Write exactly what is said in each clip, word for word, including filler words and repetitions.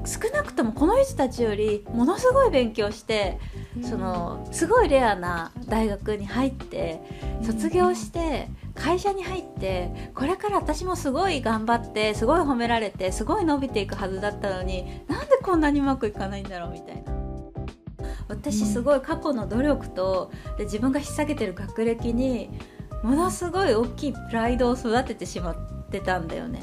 少なくともこの人たちよりものすごい勉強して、うん、そのすごいレアな大学に入って卒業して会社に入ってこれから私もすごい頑張ってすごい褒められてすごい伸びていくはずだったのになんでこんなにうまくいかないんだろうみたいな。私すごい過去の努力とで自分が引っ提げてる学歴にものすごい大きいプライドを育ててしまってたんだよね。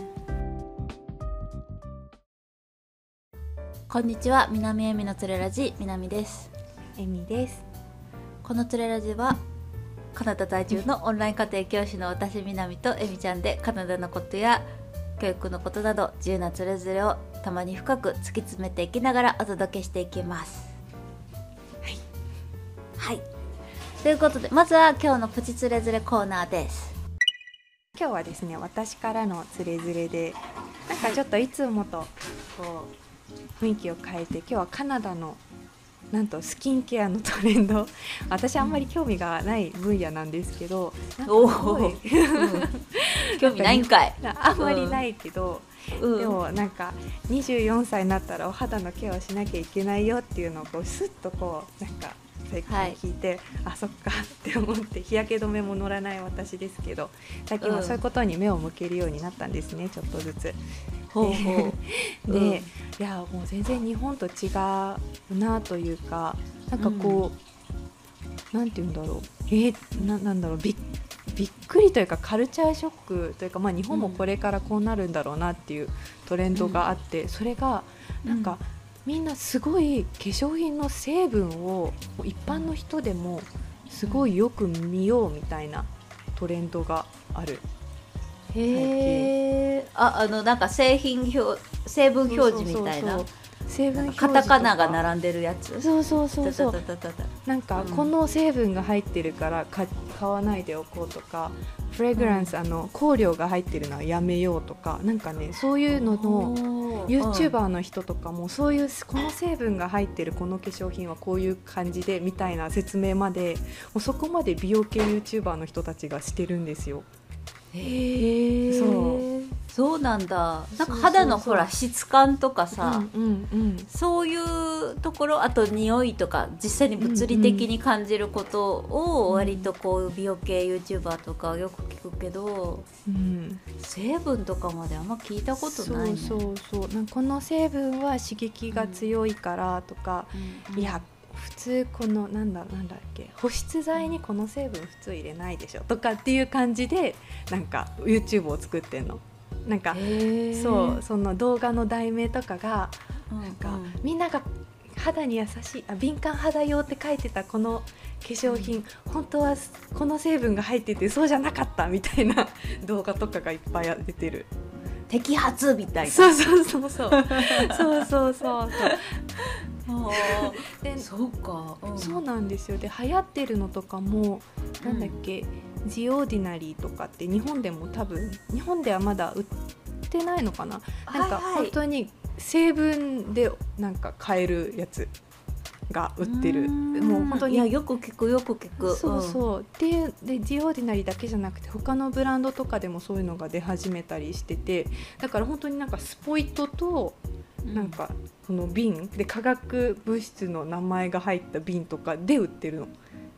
こんにちは、南恵美のつれラジ、南です。 恵美です。 このつれラジはカナダ在住のオンライン家庭教師の私南と恵美ちゃんでカナダのことや教育のことなど自由なつれづれをたまに深く突き詰めていきながらお届けしていきます。はいはい、ということでまずは今日のプチつれづれコーナーです。 今日はですね、私からのつれづれでなんかちょっといつもとこう雰囲気を変えて、今日はカナダのなんとスキンケアのトレンド、私あんまり興味がない分野なんですけど、なんかすごい、うん、 興味ないんかいあんまりないけど、 うん、 でもなんかにじゅうよんさいになったらお肌のケアをしなきゃいけないよっていうのをこうスッとこうなんか最近聞いて、はい、あそっかって思って、日焼け止めも乗らない私ですけど最近はそういうことに目を向けるようになったんですね、うん、ちょっとずつ。 ほうほうで、 うん、 いやもう全然日本と違うなというか、なんかこう、うん、なんて言うんだろう、えー、な, なんだろう び, びっくりというかカルチャーショックというか、まあ、日本もこれからこうなるんだろうなっていうトレンドがあって、うん、それがなんか、うん、みんなすごい化粧品の成分を一般の人でもすごいよく見ようみたいなトレンドがある。 へー、あ、あのなんか製品表成分表示みたいな、 成分表示とかカタカナが並んでるやつ。 そうそうそうそう、 たたたたたなんかこの成分が入ってるから買わないでおこうとか、フレグランス、うん、あの香料が入ってるのはやめようとか、なんかねそういうのの YouTuber の人とかもそういうこの成分が入ってるこの化粧品はこういう感じでみたいな説明まで、もうそこまで美容系 YouTuber の人たちがしてるんですよ。 へー、そうそうなんだ。なんか肌のほら質感とかさ、 うんうんうん、 そういうところ、あと匂いとか実際に物理的に感じることを割とこう美容系 YouTuber とかよく聞くけど、うん、成分とかまであんま聞いたことないね。 そうそうそう、なんかこの成分は刺激が強いからとか、うんうん、いや普通このなんだなんだっけ保湿剤にこの成分普通入れないでしょとかっていう感じでなんか YouTube を作ってんの。なんかそうその動画の題名とかがなんか、うんうん、みんなが肌に優しいあ敏感肌用って書いてたこの化粧品、うん、本当はこの成分が入っててそうじゃなかったみたいな動画とかがいっぱい出てる。 摘発みたいな。 そうそうそうそうそうそうそうでそうか、 うん、そうなんですよ。で流行ってるのとかもなんだっけ、うん、ジオーディナリーとかって日本でも多分日本ではまだ売ってないのかな、なんか本当に成分でなんか買えるやつが売ってる。もう本当にいやよく聞くよく聞く。 そうそう、うん、っていうでジオーディナリーだけじゃなくて他のブランドとかでもそういうのが出始めたりしてて、だから本当になんかスポイトとなんかこの瓶で化学物質の名前が入った瓶とかで売ってるの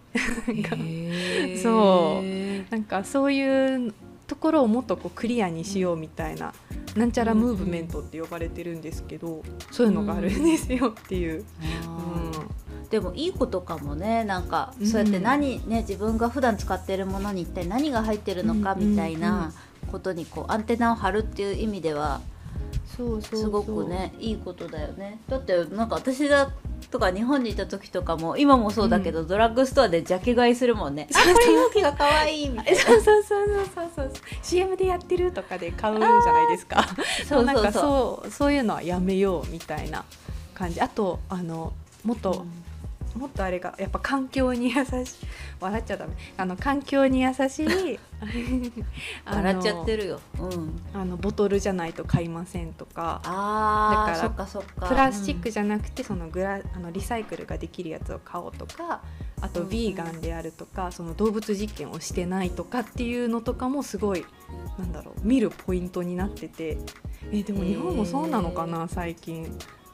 そうなんかそういうところをもっとこうクリアにしようみたいな、うん、なんちゃらムーブメントって呼ばれてるんですけど、そういうのがあるんですよっていう、 うん、でもいいことかもね。なんかそうやって何、ね、自分が普段使ってるものに一体何が入ってるのかみたいなことにこうアンテナを張るっていう意味ではそうそうそうすごくねいいことだよね。だってなんか私だとか日本にいた時とかも今もそうだけど、うん、ドラッグストアでジャケ買いするもんね。あ、これ容器が可愛いみたいなそうそうそうそうそう シーエム でやってるとかで買うじゃないですか。そうなんかそうそういうのはやめようみたいな感じ。あとあのもっと、うん、もっとあれがやっぱ環境に優しい、笑っちゃダメ、あの環境に優しい笑っちゃってるよ、うん、 あのボトルじゃないと買いませんとか、 あだからそっかそっかプラスチックじゃなくてそのグラあのリサイクルができるやつを買おうとか、あとビーガンであるとか、その動物実験をしてないとかっていうのとかもすごいなんだろう見るポイントになってて、えでも日本もそうなのかな最近。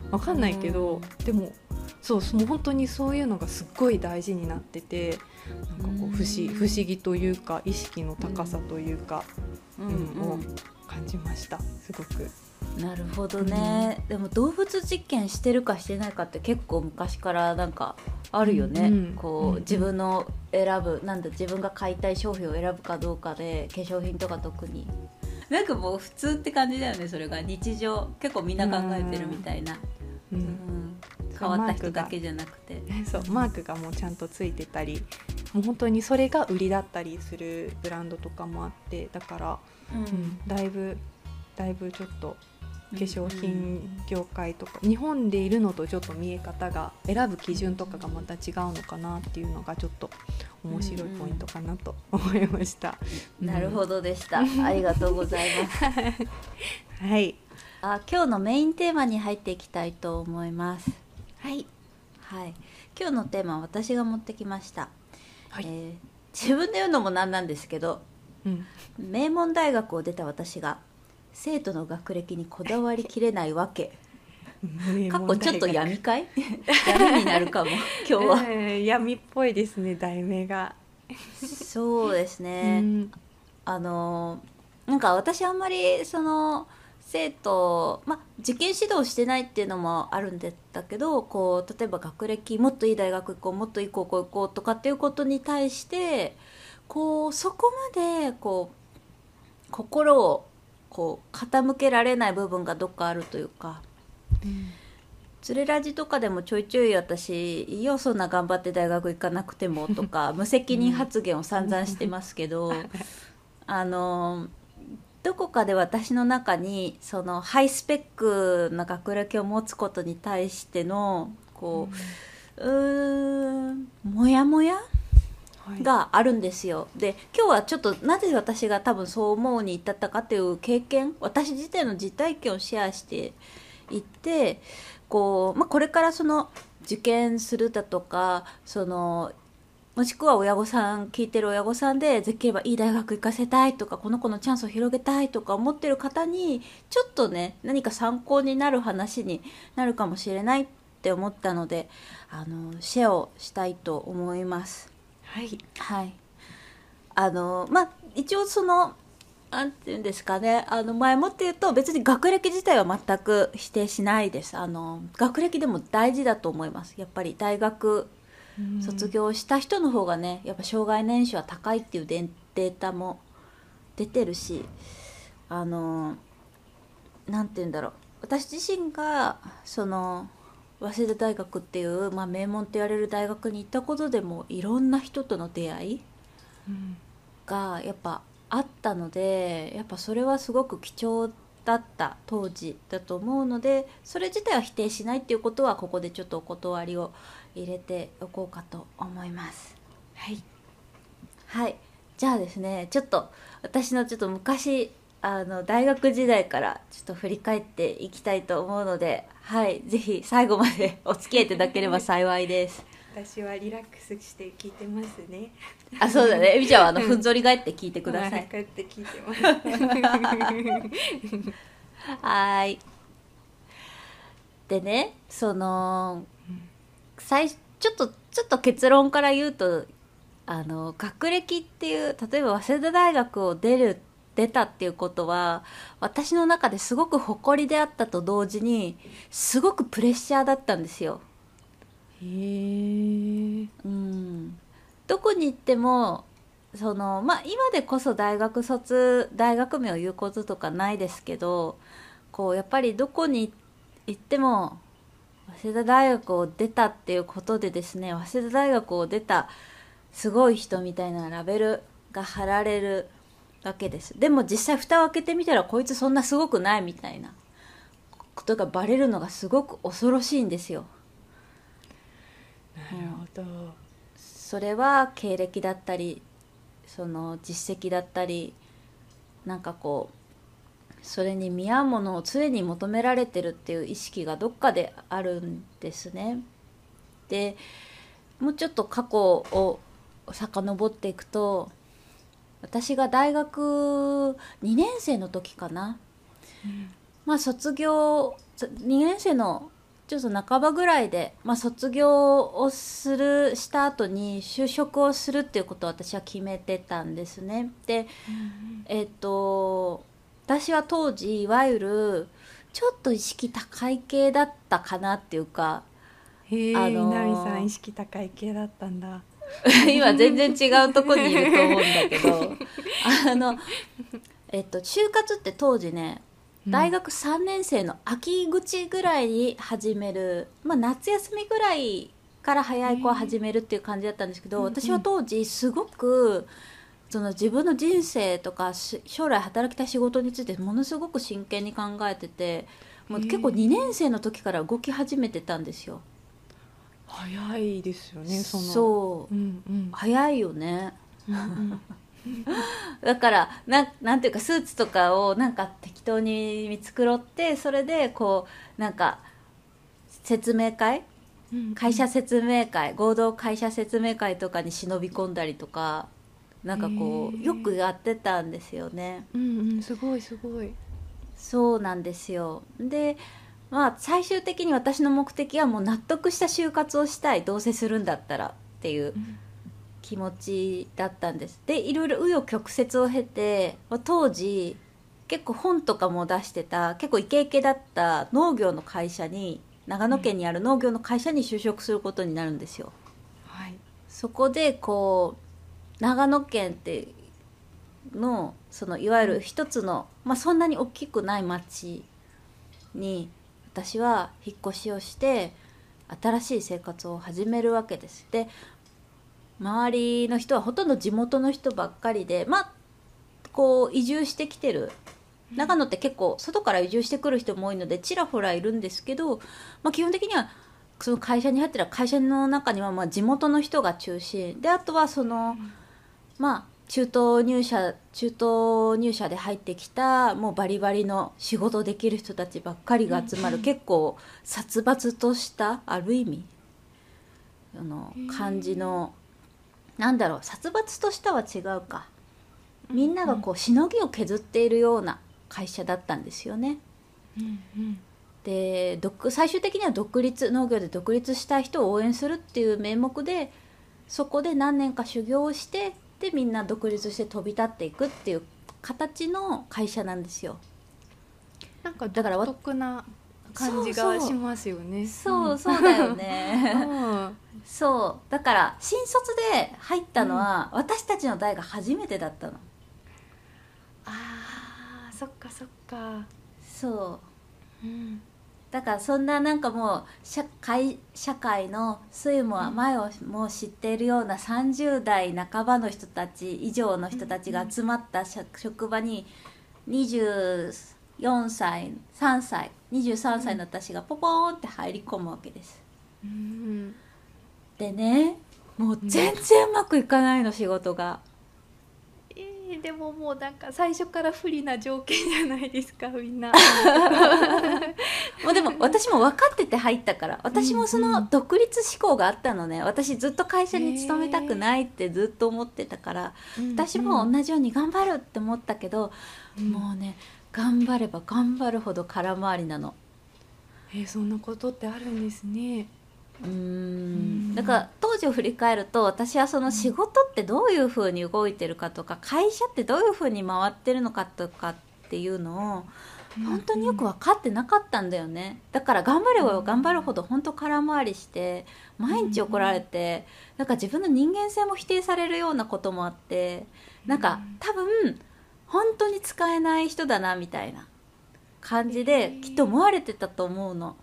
わかんないけど、でもそうもう本当にそういうのがすっごい大事になってて、なんかこう不思不思議というか意識の高さというか、うんうんを感じました。すごく。 なるほどね、うん、でも動物実験してるかしてないかって結構昔からなんかあるよね、うん、こう、うん、自分の選ぶなんだ自分が買いたい商品を選ぶかどうかで、化粧品とか特になんかもう普通って感じだよね。それが日常結構みんな考えてるみたいな、うんうん、変わった人だけじゃなくて、 そうマークがもうちゃんとついてたり、もう本当にそれが売りだったりするブランドとかもあって、だから、うんうん、だいぶだいぶちょっと化粧品業界とか、うん、日本でいるのとちょっと見え方が、選ぶ基準とかがまた違うのかなっていうのがちょっと面白いポイントかなと思いました、 うんうん、なるほどでした。ありがとうございますはい、 あ今日のメインテーマに入っていきたいと思います。 はい、 はい、今日のテーマは私が持ってきました、 はい、 えー、自分で言うのもなんなんですけど、うん、名門大学を出た私が生徒の学歴にこだわりきれないわけかっこちょっと闇かい闇になるかも今日は、 えー、闇っぽいですね、題名がそうですね、うん、あのなんか私あんまりその生徒、ま、受験指導してないっていうのもあるんだけど、こう例えば学歴もっといい大学行こう、もっといい高校行こうとかっていうことに対してこうそこまでこう心をこう傾けられない部分がどっかあるというか、うん、つれラジとかでもちょいちょい私いいよそんな頑張って大学行かなくてもとか無責任発言を散々してますけど、あのどこかで私の中にそのハイスペックな学歴を持つことに対してのこう、うん、うーんモヤモヤがあるんですよ。で今日はちょっとなぜ私が多分そう思うに至ったかという経験、私自体の実体験をシェアしていってこう、まあ、これからその受験するだとか、そのもしくは親御さん聞いてる親御さんでできればいい大学行かせたいとか、この子のチャンスを広げたいとか思ってる方にちょっとね何か参考になる話になるかもしれないって思ったので、あのシェアをしたいと思います。 はい、 はい、あのまあ一応そのなんていうんですかね、あの前もって言うと別に学歴自体は全く否定しないです。あの学歴でも大事だと思います。やっぱり大学卒業した人の方がねやっぱ障害年収は高いっていうデータも出てるし、あのなんていうんだろう、私自身がその早稲田大学っていう、まあ、名門って言われる大学に行ったことでもいろんな人との出会いがやっぱあったので、やっぱそれはすごく貴重だった当時だと思うので、それ自体は否定しないっていうことはここでちょっとお断りを入れておこうかと思います。 はい、 はい、じゃあですね、ちょっと私のちょっと昔あの大学時代からちょっと振り返っていきたいと思うので、はい、ぜひ最後までお付き合いいただければ幸いです。 私はリラックスして聞いてますね。 あ、そうだね。エビちゃんはあのふんぞり返って聞いてください。 帰って聞いてます。 はい。でね、その最ちょっとちょっと結論から言うと、あの学歴っていう例えば早稲田大学を出る出たっていうことは私の中ですごく誇りであったと同時にすごくプレッシャーだったんですよ。 へー、 うん、どこに行ってもその、まあ、今でこそ大学卒大学名を言うこととかないですけど、こうやっぱりどこに行っても早稲田大学を出たっていうことでですね、早稲田大学を出たすごい人みたいなラベルが貼られるわけです。でも実際蓋を開けてみたらこいつそんなすごくないみたいなことがバレるのがすごく恐ろしいんですよ。 なるほど、うん、 それは経歴だったりその実績だったり、なんかこうそれに見合うものを常に求められてるっていう意識がどっかであるんですね。でもうちょっと過去を遡っていくと、私が大学にねん生の時かな、うん、まあ卒業にねん生のちょっと半ばぐらいで、まあ、卒業をするした後に就職をするっていうことを私は決めてたんですね。で、えっと私は当時いわゆるちょっと意識高い系だったかなっていうか、 へえ、 あのー南さん意識高い系だったんだ。 今全然違うとこにいると思うんだけどあの、えっと、就活って当時ね、大学さんねん生の秋口ぐらいに始める、まあ、夏休みぐらいから早い子は始めるっていう感じだったんですけど、私は当時すごくその自分の人生とか将来働きたい仕事についてものすごく真剣に考えてて、もう結構にねん生の時から動き始めてたんですよ。 早いですよね。そのそう、 うんうん、 早いよね。 うんうんだからななんていうかスーツとかをなんか適当に見繕って、それでこうなんか説明会、会社説明会、合同会社説明会とかに忍び込んだりとか、なんかこうよくやってたんですよね。 うんうん、すごいすごい。 そうなんですよ。でまあ最終的に私の目的はもう納得した就活をしたい、どうせするんだったらっていう気持ちだったんです。でいろいろ紆余曲折を経て、当時結構本とかも出してた結構イケイケだった農業の会社に、長野県にある農業の会社に就職することになるんですよ。 はい、 そこでこう長野県ってのそのいわゆる一つの、まあ、そんなに大きくない町に私は引っ越しをして新しい生活を始めるわけです。で周りの人はほとんど地元の人ばっかりで、まあこう移住してきてる、長野って結構外から移住してくる人も多いのでちらほらいるんですけど、まあ、基本的にはその会社に入ってる会社の中にはまあ地元の人が中心で、あとはそのまあ中途入社中途入社で入ってきたもうバリバリの仕事できる人たちばっかりが集まる、結構殺伐としたある意味あの感じの、なんだろう、殺伐としたは違うか、みんながこうしのぎを削っているような会社だったんですよね。 うんうん、 で最終的には独立、農業で独立したい人を応援するっていう名目でそこで何年か修行をして、でみんな独立して飛び立っていくっていう形の会社なんですよ。 なんか独特な感じがしますよね。 そうそう、そうだよね、 うん、 そうだから新卒で入ったのは、うん、私たちの代が初めてだったの。 あー、そっかそっか。 そう、 うん、 だからそんななんかもう社会、社会の酸いも前をもう知っているようなさんじゅう代半ばの人たち以上の人たちが集まった職場ににじゅうよんさいさんさいにじゅうさんさいの私がポポーンって入り込むわけです、 うん、 でね、もう全然うまくいかないの、仕事が。 えー、でももうなんか最初から不利な条件じゃないですか、みんな。 もうでも私も分かってて入ったから、私もその独立志向があったのね。私ずっと会社に勤めたくないってずっと思ってたから、私も同じように頑張るって思ったけど、もうね、頑張れば頑張るほど空回りなの。 えー、そんなことってあるんですね。 うーんだから当時を振り返ると、私はその仕事ってどういうふうに動いてるかとか、会社ってどういうふうに回ってるのかとかっていうのを本当によく分かってなかったんだよね。だから頑張れば頑張るほど本当空回りして、毎日怒られて、なんか自分の人間性も否定されるようなこともあって、なんか多分本当に使えない人だなみたいな感じできっと思われてたと思うの。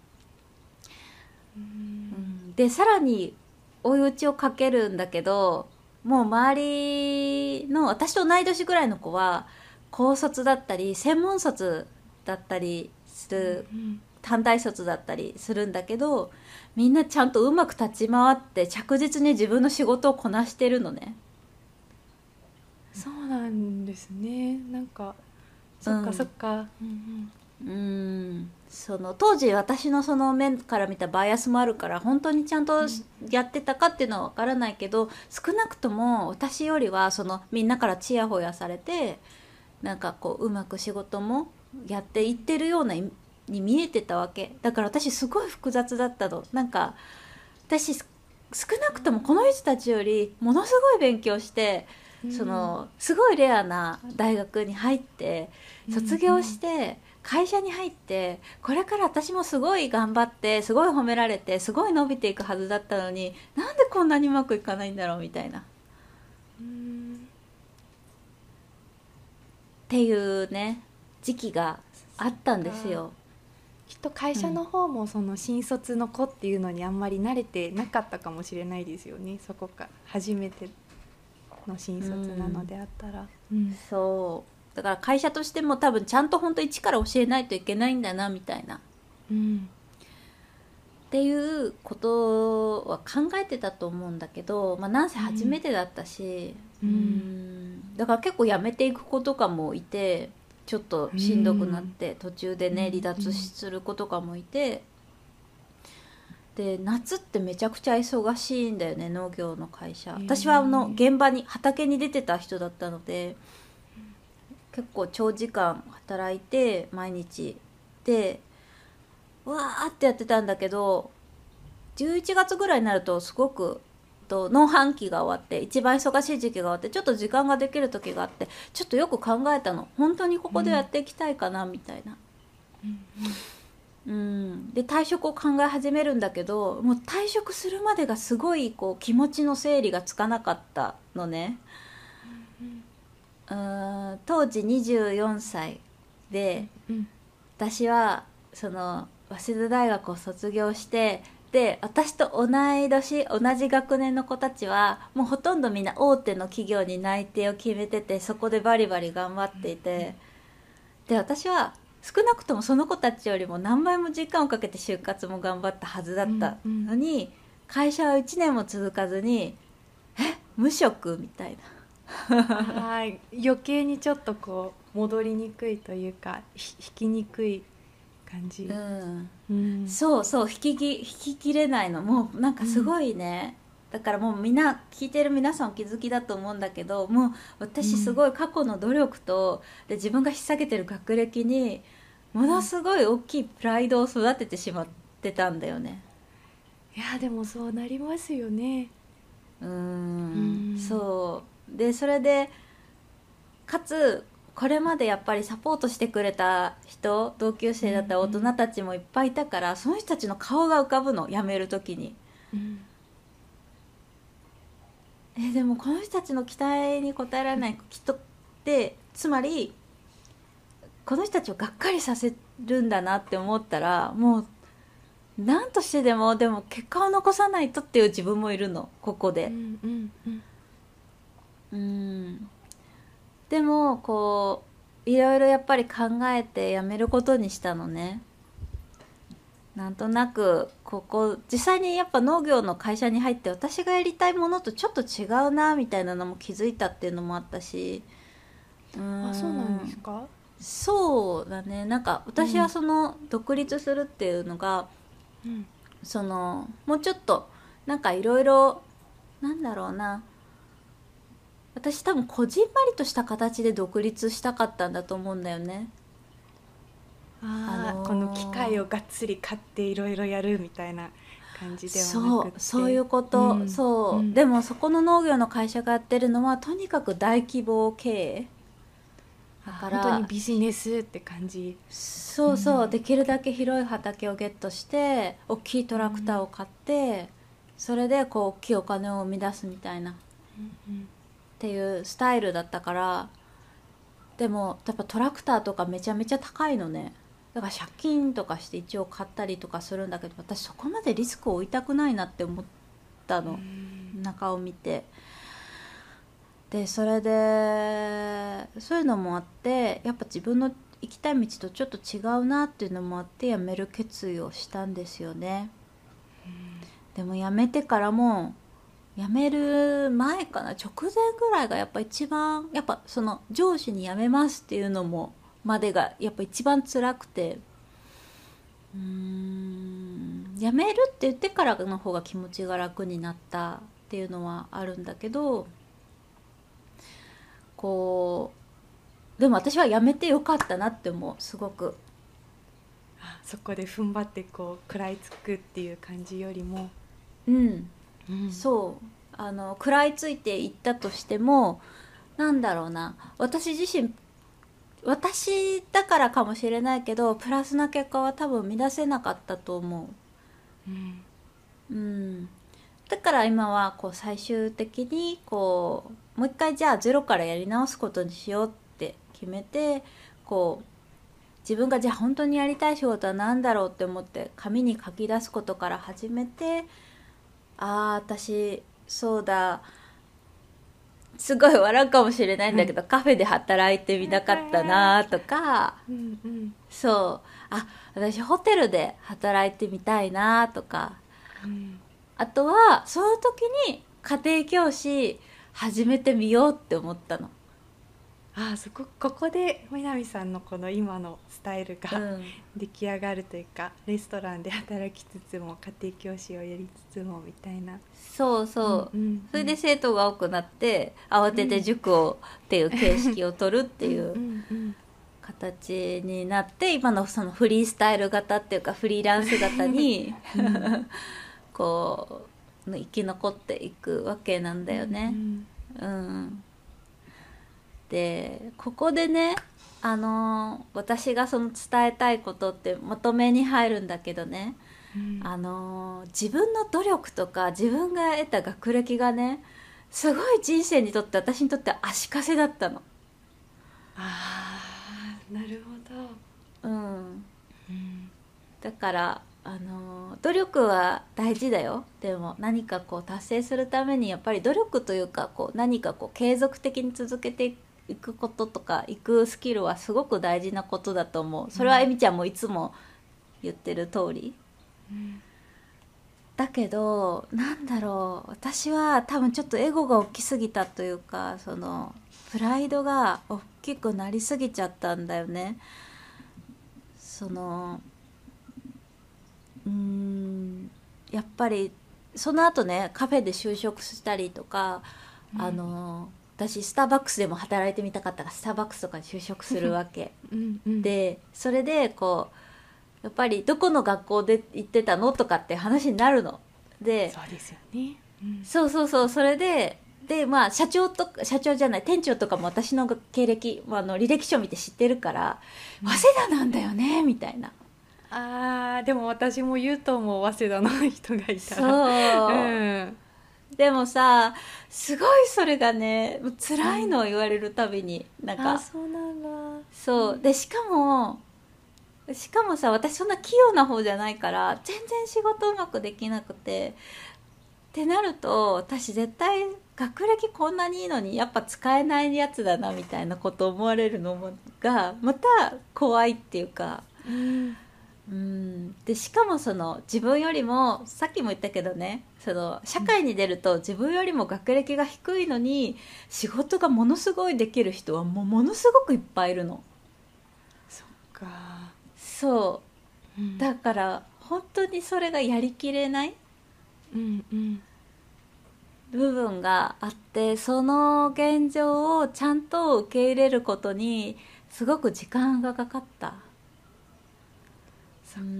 でさらに追い打ちをかけるんだけど、もう周りの私と同い年ぐらいの子は高卒だったり専門卒だったりする、短大卒だったりするんだけど、みんなちゃんとうまく立ち回って着実に自分の仕事をこなしてるのね。 そうなんですね。なんかそっかそっか、うんうん、うんその当時私のその面から見たバイアスもあるから、本当にちゃんとやってたかっていうのは分からないけど、少なくとも私よりはそのみんなからチヤホヤされて、なんかこううまく仕事もやっていってるようなに見えてたわけだから、私すごい複雑だったの。なんか私少なくともこの人たちよりものすごい勉強して、そのすごいレアな大学に入って卒業して会社に入って、これから私もすごい頑張ってすごい褒められてすごい伸びていくはずだったのに、なんでこんなにうまくいかないんだろうみたいなっていうね時期があったんですよ。 きっと会社の方もその新卒の子っていうのにあんまり慣れてなかったかもしれないですよね。そこか初めての新卒なのであったら、 うん、そうだから会社としても多分ちゃんと本当一から教えないといけないんだなみたいな、うん、っていうことは考えてたと思うんだけど、まあ、なんせ初めてだったし、うんうん、だから結構やめていく子とかもいて、ちょっとしんどくなって途中でね離脱する子とかもいて、で夏ってめちゃくちゃ忙しいんだよね、農業の会社。私はあの現場に畑に出てた人だったので結構長時間働いて毎日でわーってやってたんだけど、じゅういちがつぐらいになるとすごくと農繁期が終わって一番忙しい時期が終わってちょっと時間ができる時があって、ちょっとよく考えたの。本当にここでやっていきたいかなみたいな、うんうん、で退職を考え始めるんだけど、もう退職するまでがすごいこう気持ちの整理がつかなかったのね。うーん当時にじゅうよんさいで、私はその早稲田大学を卒業して、で私と同い年同じ学年の子たちはもうほとんどみんな大手の企業に内定を決めてて、そこでバリバリ頑張っていて、で私は少なくともその子たちよりも何倍も時間をかけて就活も頑張ったはずだったのに、うんうん、会社はいちねんも続かずにえ無職みたいなはい余計にちょっとこう戻りにくいというか引きにくい感じ、 うんうん、そうそう引きき引ききれないの。もうなんかすごいね、うん、だからもうみんな聞いてる皆さんお気づきだと思うんだけど、もう私すごい過去の努力と、うん、で自分が引っ提げてる学歴にものすごい大きいプライドを育ててしまってたんだよね。 いやでもそうなりますよね。 うーん、うん、そうでそれでかつこれまでやっぱりサポートしてくれた人、同級生だった大人たちもいっぱいいたから、うんうん、その人たちの顔が浮かぶの、辞める時に、うん、えでもこの人たちの期待に応えられない人ってつまりこの人たちをがっかりさせるんだなって思ったら、もう何としてでもでも結果を残さないとっていう自分もいるのここで、うんうんうんうんでもこういろいろやっぱり考えてやめることにしたのね。なんとなくここ実際にやっぱ農業の会社に入って私がやりたいものとちょっと違うなみたいなのも気づいたっていうのもあったし、 うーんあそうなんですか。 そうだね。なんか私はその独立するっていうのが、うん、そのもうちょっとなんかいろいろなんだろうな、私多分こじんまりとした形で独立したかったんだと思うんだよね。 あ、あのー、この機械をがっつり買っていろいろやるみたいな感じではなくて、 そうそういうこと、うん、そう、うん、でもそこの農業の会社がやってるのはとにかく大規模経営だから本当にビジネスって感じ。 そうそう、うん、できるだけ広い畑をゲットして大きいトラクターを買って、それでこう大きいお金を生み出すみたいな、うんうんっていうスタイルだったから。でもやっぱトラクターとかめちゃめちゃ高いのね。だから借金とかして一応買ったりとかするんだけど、私そこまでリスクを負いたくないなって思ったの、中を見て。でそれでそういうのもあってやっぱ自分の行きたい道とちょっと違うなっていうのもあって辞める決意をしたんですよね。でも辞めてからも辞める前かな直前ぐらいがやっぱ一番やっぱその上司に辞めますっていうのもまでがやっぱ一番辛くて、うーん辞めるって言ってからの方が気持ちが楽になったっていうのはあるんだけど、こうでも私は辞めてよかったなって思う。すごくあそこで踏ん張ってこう食らいつくっていう感じよりも、 うん、 うん、 そうあの食らいついていったとしてもなんだろうな私自身私だからかもしれないけどプラスな結果は多分生み出せなかったと思うん、 う、うん、だから今はこう最終的にこうもう一回じゃあゼロからやり直すことにしようって決めてこう自分がじゃあ本当にやりたい仕事は何だろうって思って紙に書き出すことから始めて、ああ私そうだすごい笑うかもしれないんだけど、うん、カフェで働いてみたかったなとか、 うんうん、 そうあ私ホテルで働いてみたいなとか、 うん、 あとはその時に家庭教師始めてみようって思ったの。 あそこここで南さんのこの今のスタイルが、 うん、 出来上がるというかレストランで働きつつも家庭教師をやりつつもみたいな。 そうそう、 うんうんうん、 それで生徒が多くなって慌てて塾を、うん、っていう形式を取るっていう形になって今のそのフリースタイル型っていうかフリーランス型に、うん、こう生き残っていくわけなんだよね。うん、うんでここでね、あのー、私がその伝えたいことってまとめに入るんだけどね、うん、あのー、自分の努力とか自分が得た学歴がねすごい人生にとって私にとって足かせだったの。 あーなるほど、 うんうん、だからあの努力は大事だよ。でも何かこう達成するためにやっぱり努力というかこう何かこう継続的に続けていく行くこととか行くスキルはすごく大事なことだと思う。それはえみちゃんもいつも言ってる通り、うん、だけどなんだろう私は多分ちょっとエゴが大きすぎたというかそのプライドが大きくなりすぎちゃったんだよね。そのうーんやっぱりその後ねカフェで就職したりとか、うん、あの私スターバックスでも働いてみたかったからスターバックスとかに就職するわけうん、うん、でそれでこうやっぱりどこの学校で行ってたのとかって話になるのでそうですよね、 うん、そうそうそうそれででまあ社長とか社長じゃない店長とかも私の経歴、まあ、の履歴書見て知ってるから、うん、早稲田なんだよねみたいな。 あーでも私も言うと思う早稲田の人がいたらそう、うんでもさすごいそれがね辛いのを言われるたびに、うん、なんかあそうなんだそうでしかもしかもさ私そんな器用な方じゃないから全然仕事うまくできなくてってなると私絶対学歴こんなにいいのにやっぱ使えないやつだなみたいなこと思われるのがまた怖いっていうか、うんうん、でしかもその自分よりもさっきも言ったけどねその社会に出ると自分よりも学歴が低いのに仕事がものすごいできる人はもうものすごくいっぱいいるの。 そっかそう、うん、だから本当にそれがやりきれない、うんうん、部分があってその現状をちゃんと受け入れることにすごく時間がかかった。 そっか、うん、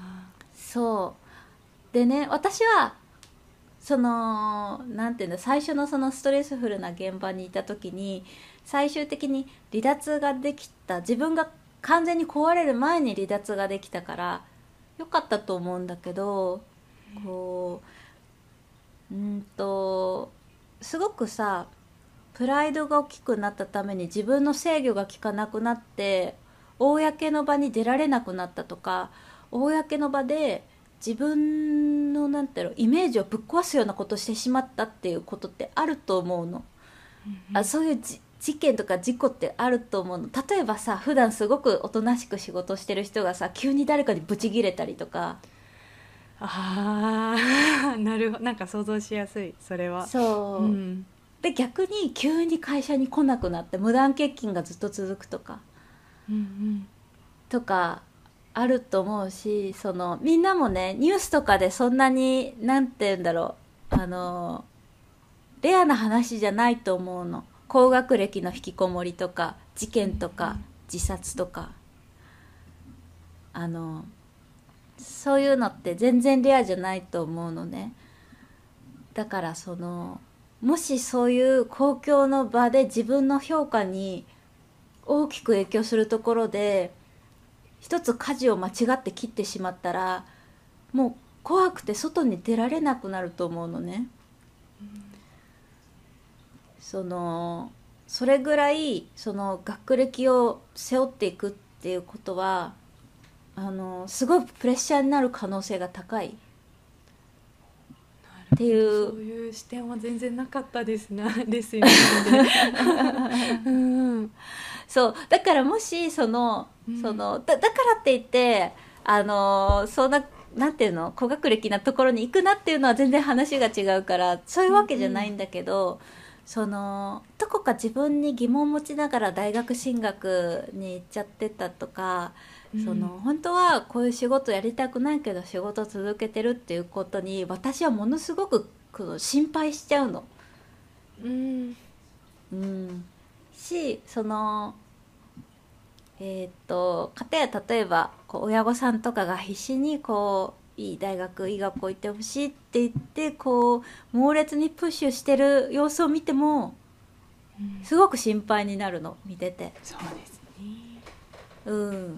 そうでね私はそのなんていうんだ最初のそのストレスフルな現場にいた時に最終的に離脱ができた自分が完全に壊れる前に離脱ができたからよかったと思うんだけど、うん、こううんとすごくさプライドが大きくなったために自分の制御が効かなくなって公の場に出られなくなったとか公の場で自分のなんていうのイメージをぶっ壊すようなことをしてしまったっていうことってあると思うの、うん、あそういうじ事件とか事故ってあると思うの。例えばさ普段すごくおとなしく仕事してる人がさ急に誰かにブチギレたりとかあーなるほどなんか想像しやすいそれはそう、うん、で逆に急に会社に来なくなって無断欠勤がずっと続くとかうんうん、とかあると思うしそのみんなもねニュースとかでそんなになんて言うんだろうあのレアな話じゃないと思うの。高学歴の引きこもりとか事件とか自殺とかあのそういうのって全然レアじゃないと思うのね。だからそのもしそういう公共の場で自分の評価に大きく影響するところで一つ舵を間違って切ってしまったらもう怖くて外に出られなくなると思うのね。うん、そのそれぐらいその学歴を背負っていくっていうことはあのすごいプレッシャーになる可能性が高いっていう。 そういう視点は全然なかったですなですよね。うん、 そうだからもしその、うん、その だ, だからって言ってあのそんななんていうの高学歴なところに行くなっていうのは全然話が違うからそういうわけじゃないんだけど、うん、そのどこか自分に疑問を持ちながら大学進学に行っちゃってたとか、うん、その本当はこういう仕事やりたくないけど仕事続けてるっていうことに私はものすごく心配しちゃうの。うんうん、しそのえー、っとかたや例えばこう親御さんとかが必死にこういい大学いい学校行ってほしいって言ってこう猛烈にプッシュしてる様子を見ても、うん、すごく心配になるの見てて。 そうですね、 うん、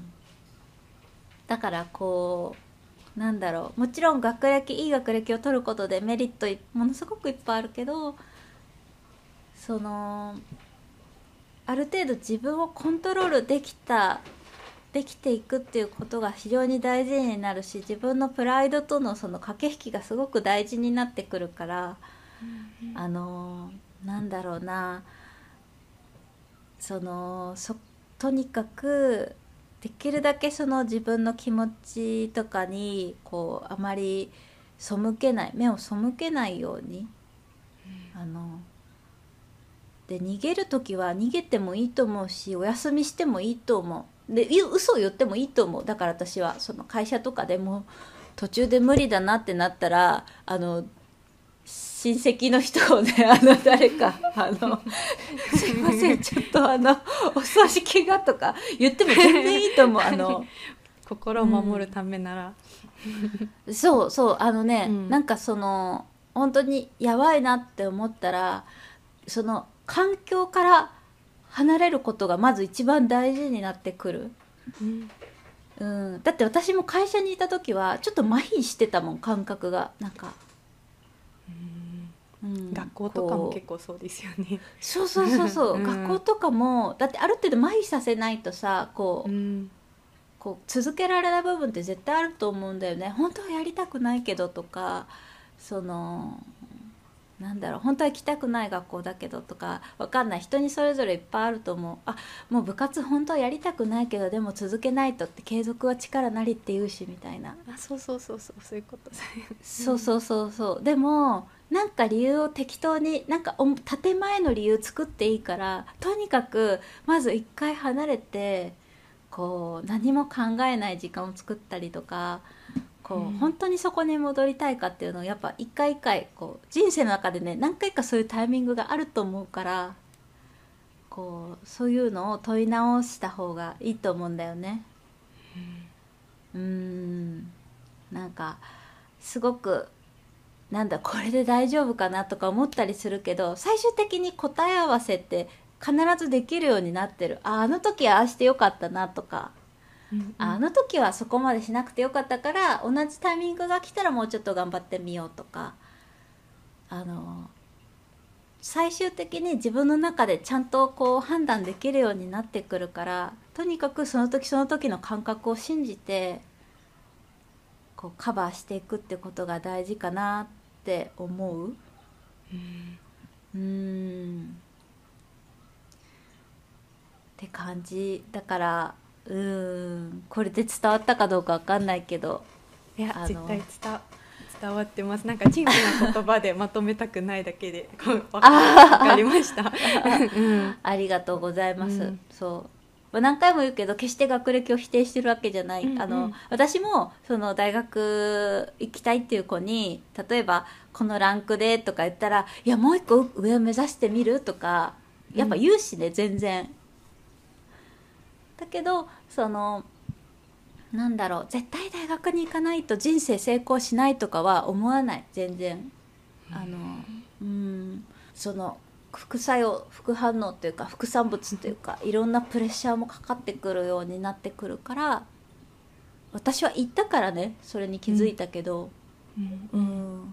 だからこうなんだろうもちろん学歴いい学歴を取ることでメリットものすごくいっぱいあるけどそのある程度自分をコントロールできたできていくっていうことが非常に大事になるし自分のプライドとのその駆け引きがすごく大事になってくるから、うんうん、あのなんだろうなそのそとにかくできるだけその自分の気持ちとかにこうあまり背けない目を背けないように、うん、あので逃げる時は逃げてもいいと思うしお休みしてもいいと思うで嘘を言ってもいいと思う。だから私はその会社とかでも途中で無理だなってなったらあの親戚の人をねあの誰かあのすいませんちょっとあのお葬式がとか言っても全然いいと思う。あの心を守るためなら、 うん、そうそうあのね、うん、なんかその本当にやばいなって思ったらその環境から離れることがまず一番大事になってくる、うんうん、だって私も会社にいた時はちょっと麻痺してたもん感覚がなんか、 うんうん、学校とかも結構そうですよね。 そうそうそうそう、うん、学校とかもだってある程度麻痺させないとさこう、うん、こう続けられない部分って絶対あると思うんだよね。本当はやりたくないけどとかそのなんだろう本当は行きたくない学校だけどとかわかんない人にそれぞれいっぱいあると思う。あもう部活本当はやりたくないけどでも続けないとって継続は力なりって言うしみたいな。 あそうそうそうそうそういうことそうそうそうそうでもなんか理由を適当になんか建前の理由作っていいからとにかくまず一回離れてこう何も考えない時間を作ったりとかこう、うん、本当にそこに戻りたいかっていうのをやっぱ一回一回こう人生の中でね何回かそういうタイミングがあると思うからこうそういうのを問い直した方がいいと思うんだよね。うーんなんかすごくなんだこれで大丈夫かなとか思ったりするけど最終的に答え合わせって必ずできるようになってる。ああの時はああしてよかったなとか、うんうん、あの時はそこまでしなくてよかったから同じタイミングが来たらもうちょっと頑張ってみようとかあの最終的に自分の中でちゃんとこう判断できるようになってくるからとにかくその時その時の感覚を信じてこうカバーしていくってことが大事かなって思う。うんうーんって感じだからうーんこれで伝わったかどうかわかんないけどいや絶対伝わ伝わってます。なんか陳腐な言葉でまとめたくないだけでわかりました、 うん、ありがとうございます、うん、そう何回も言うけど決して学歴を否定してるわけじゃない、うんうん、あの私もその大学行きたいっていう子に例えばこのランクでとか言ったらいやもう一個上を目指してみるとかやっぱ言うしね、うん、全然だけどそのなんだろう、絶対大学に行かないと人生成功しないとかは思わない。全然あのうんその副作用副反応というか副産物というかいろんなプレッシャーもかかってくるようになってくるから、私は行ったからねそれに気づいたけど、 うんうん、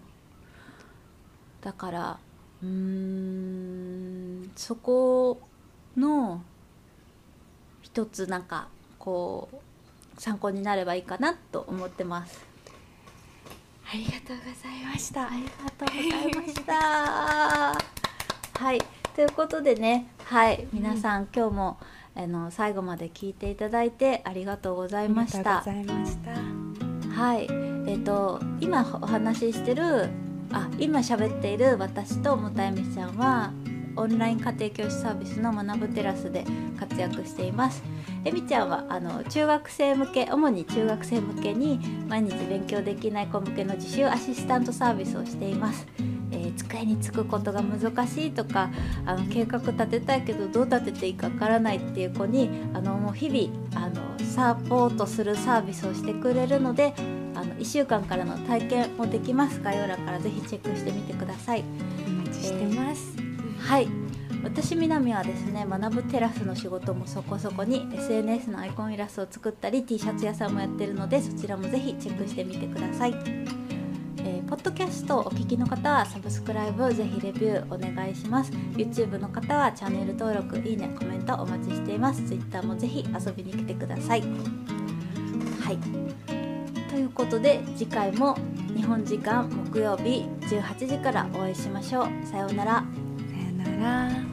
だからうーんそこの一つなんかこう参考になればいいかなと思ってます。 ありがとうございました。 ありがとうございましたはい、ということでね、はい皆さん、うん、今日もあの最後まで聞いていただいてありがとうございました。 ありがとうございました。 はい、えっと今お話ししてるあ今喋っている私ともたえみちゃんはオンライン家庭教師サービスの学ぶテラスで活躍しています。えみちゃんはあの中学生向け主に中学生向けに毎日勉強できない子向けの自習アシスタントサービスをしています。えー、机につくことが難しいとかあの計画立てたいけどどう立てていいかわからないっていう子にあのもう日々あのサポートするサービスをしてくれるので、あのいっしゅうかんからの体験もできます。概要欄からぜひチェックしてみてください。 お待ちしてます。えー、 はい、私みなみはですね、学ぶテラスの仕事もそこそこに エスエヌエス のアイコンイラストを作ったり T シャツ屋さんもやってるので、そちらもぜひチェックしてみてください。えー、ポッドキャストをお聞きの方はサブスクライブ、ぜひレビューお願いします。 YouTube の方はチャンネル登録、いいね、コメントお待ちしています。 Twitter もぜひ遊びに来てください。はい、ということで次回も日本時間木曜日じゅうはちじからお会いしましょう。さようなら。 さようなら。